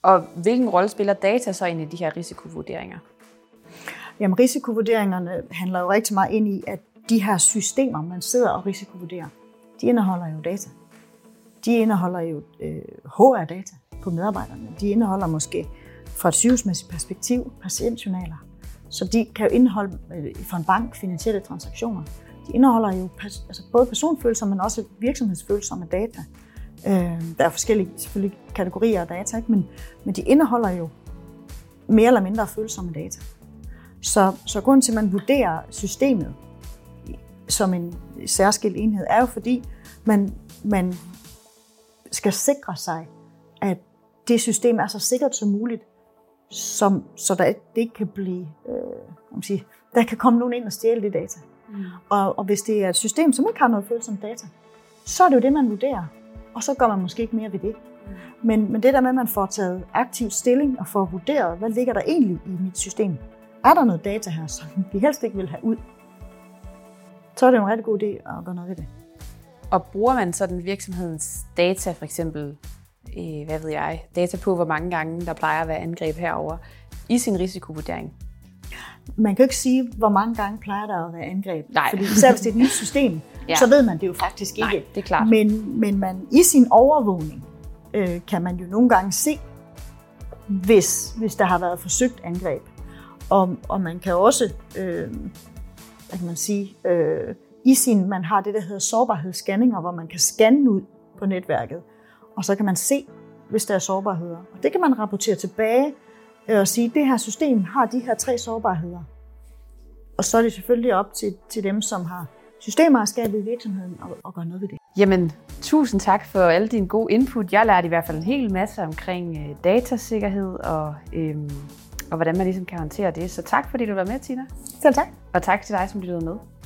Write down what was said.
Og hvilken rolle spiller data så ind i de her risikovurderinger? Jamen, risikovurderingerne handler jo rigtig meget ind i, at de her systemer, man sidder og risikovurderer, de indeholder jo data. De indeholder jo HR-data på medarbejderne. De indeholder måske fra et sygehusmæssigt perspektiv patientjournaler. Så de kan jo indeholde for en bank finansielle transaktioner. De indeholder jo både personfølsomme, men også virksomhedsfølsomme data. Der er forskellige selvfølgelig kategorier af data, ikke? Men de indeholder jo mere eller mindre følsomme data. Så grunden til, at man vurderer systemet som en særskilt enhed, er jo fordi, man skal sikre sig, at det system er så sikkert som muligt, så det ikke kan blive, der kan komme nogen ind og stjæle de data. Og hvis det er et system, som ikke har noget følsomt data, så er det jo det, man vurderer. Og så gør man måske ikke mere ved det. Men det der med, at man får taget aktiv stilling og får vurderet, hvad ligger der egentlig i mit system? Er der noget data her, som vi helst ikke vil have ud? Så er det jo en rigtig god idé at gøre noget ved det. Og bruger man sådan virksomhedens data, for eksempel, data på, hvor mange gange der plejer at være angreb herover i sin risikovurdering? Man kan jo ikke sige, hvor mange gange plejer der at være angreb. Nej. Fordi især hvis det er et nyt system, så ved man det jo faktisk ikke. Nej, det er klart. Men man, i sin overvågning kan man jo nogle gange se, hvis der har været forsøgt angreb. Og man kan også, man har det, der hedder sårbarhedsscanninger, hvor man kan scanne ud på netværket, og så kan man se, hvis der er sårbarheder. Og det kan man rapportere tilbage og sige, at det her system har de her 3 sårbarheder. Og så er det selvfølgelig op til dem, som har systemejerskabet i virksomheden, at gøre noget ved det. Jamen, tusind tak for alle dine gode input. Jeg lærte i hvert fald en hel masse omkring datasikkerhed og hvordan man ligesom kan håndtere det. Så tak, fordi du var med, Tina. Selv tak. Og tak til dig, som lyttede med.